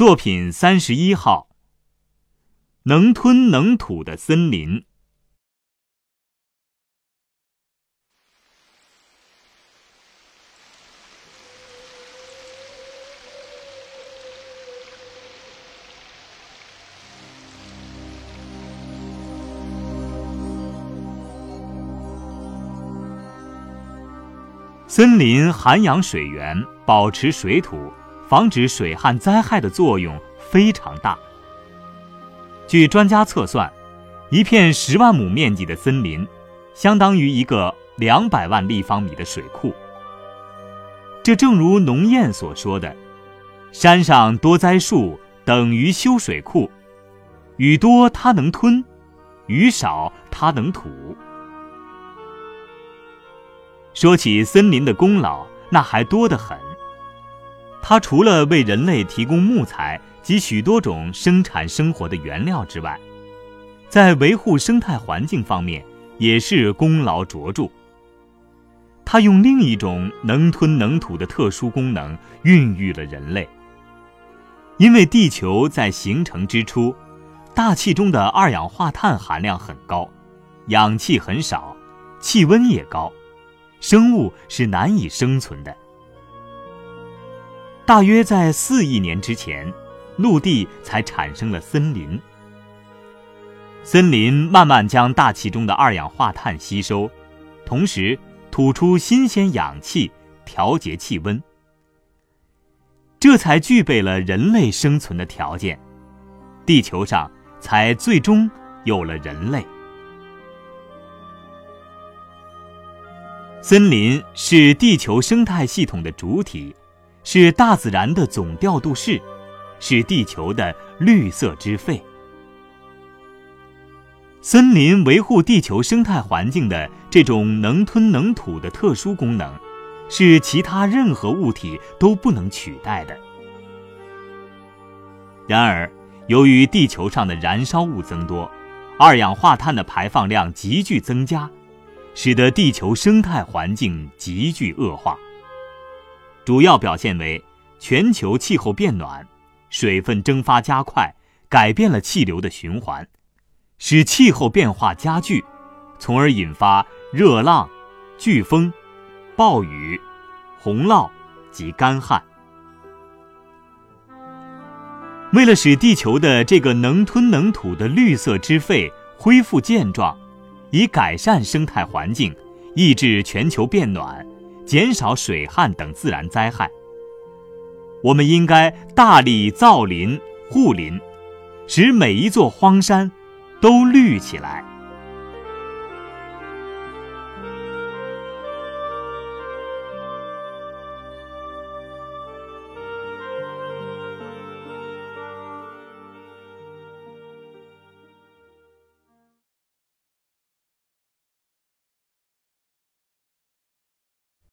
作品31号，能吞能吐的森林。森林涵养水源，保持水土，防止水旱灾害的作用非常大。据专家测算，一片10万亩面积的森林，相当于一个200万立方米的水库。这正如农谚所说的，山上多栽树等于修水库，雨多它能吞，雨少它能吐。说起森林的功劳，那还多得很。它除了为人类提供木材及许多种生产生活的原料之外，在维护生态环境方面也是功劳卓著。它用另一种能吞能吐的特殊功能孕育了人类。因为地球在形成之初，大气中的二氧化碳含量很高，氧气很少，气温也高，生物是难以生存的。大约在4亿年之前，陆地才产生了森林。森林慢慢将大气中的二氧化碳吸收，同时吐出新鲜氧气，调节气温。这才具备了人类生存的条件，地球上才最终有了人类。森林是地球生态系统的主体，是大自然的总调度室，是地球的绿色之肺。森林维护地球生态环境的这种能吞能吐的特殊功能，是其他任何物体都不能取代的。然而，由于地球上的燃烧物增多，二氧化碳的排放量急剧增加，使得地球生态环境急剧恶化。主要表现为全球气候变暖，水分蒸发加快，改变了气流的循环，使气候变化加剧，从而引发热浪、飓风、暴雨、洪涝及干旱。为了使地球的这个能吞能吐的绿色之肺恢复健壮，以改善生态环境，抑制全球变暖，减少水旱等自然灾害，我们应该大力造林护林，使每一座荒山都绿起来。